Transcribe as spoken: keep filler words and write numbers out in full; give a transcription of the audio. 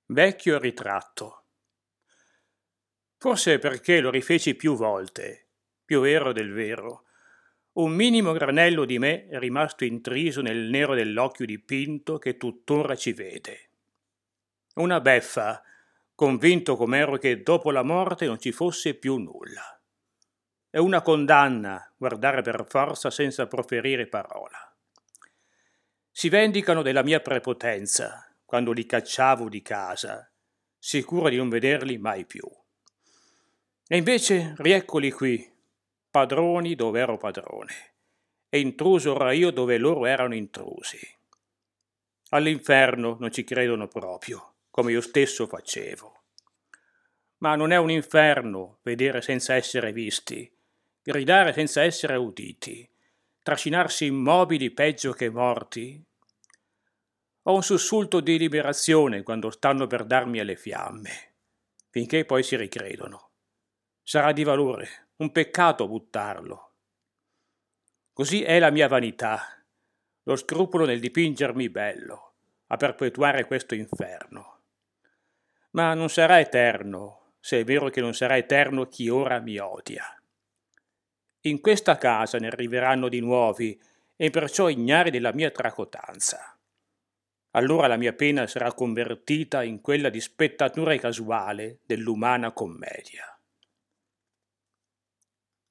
Vecchio ritratto. Forse perché lo rifeci più volte, più vero del vero. Un minimo granello di me è rimasto intriso nel nero dell'occhio dipinto che tuttora ci vede. Una beffa, convinto com'ero che dopo la morte non ci fosse più nulla. È una condanna guardare per forza senza proferire parola. Si vendicano della mia prepotenza quando li cacciavo di casa, sicuro di non vederli mai più. E invece rieccoli qui, padroni dove ero padrone, e intruso ora io dove loro erano intrusi. All'inferno non ci credono proprio, come io stesso facevo. Ma non è un inferno vedere senza essere visti, gridare senza essere uditi, trascinarsi immobili peggio che morti. Ho un sussulto di liberazione quando stanno per darmi alle fiamme, finché poi si ricredono. Sarà di valore, un peccato buttarlo. Così è la mia vanità, lo scrupolo nel dipingermi bello, a perpetuare questo inferno. Ma non sarà eterno, se è vero che non sarà eterno chi ora mi odia. In questa casa ne arriveranno di nuovi, e perciò ignari della mia tracotanza. Allora la mia pena sarà convertita in quella di spettatura casuale dell'umana commedia.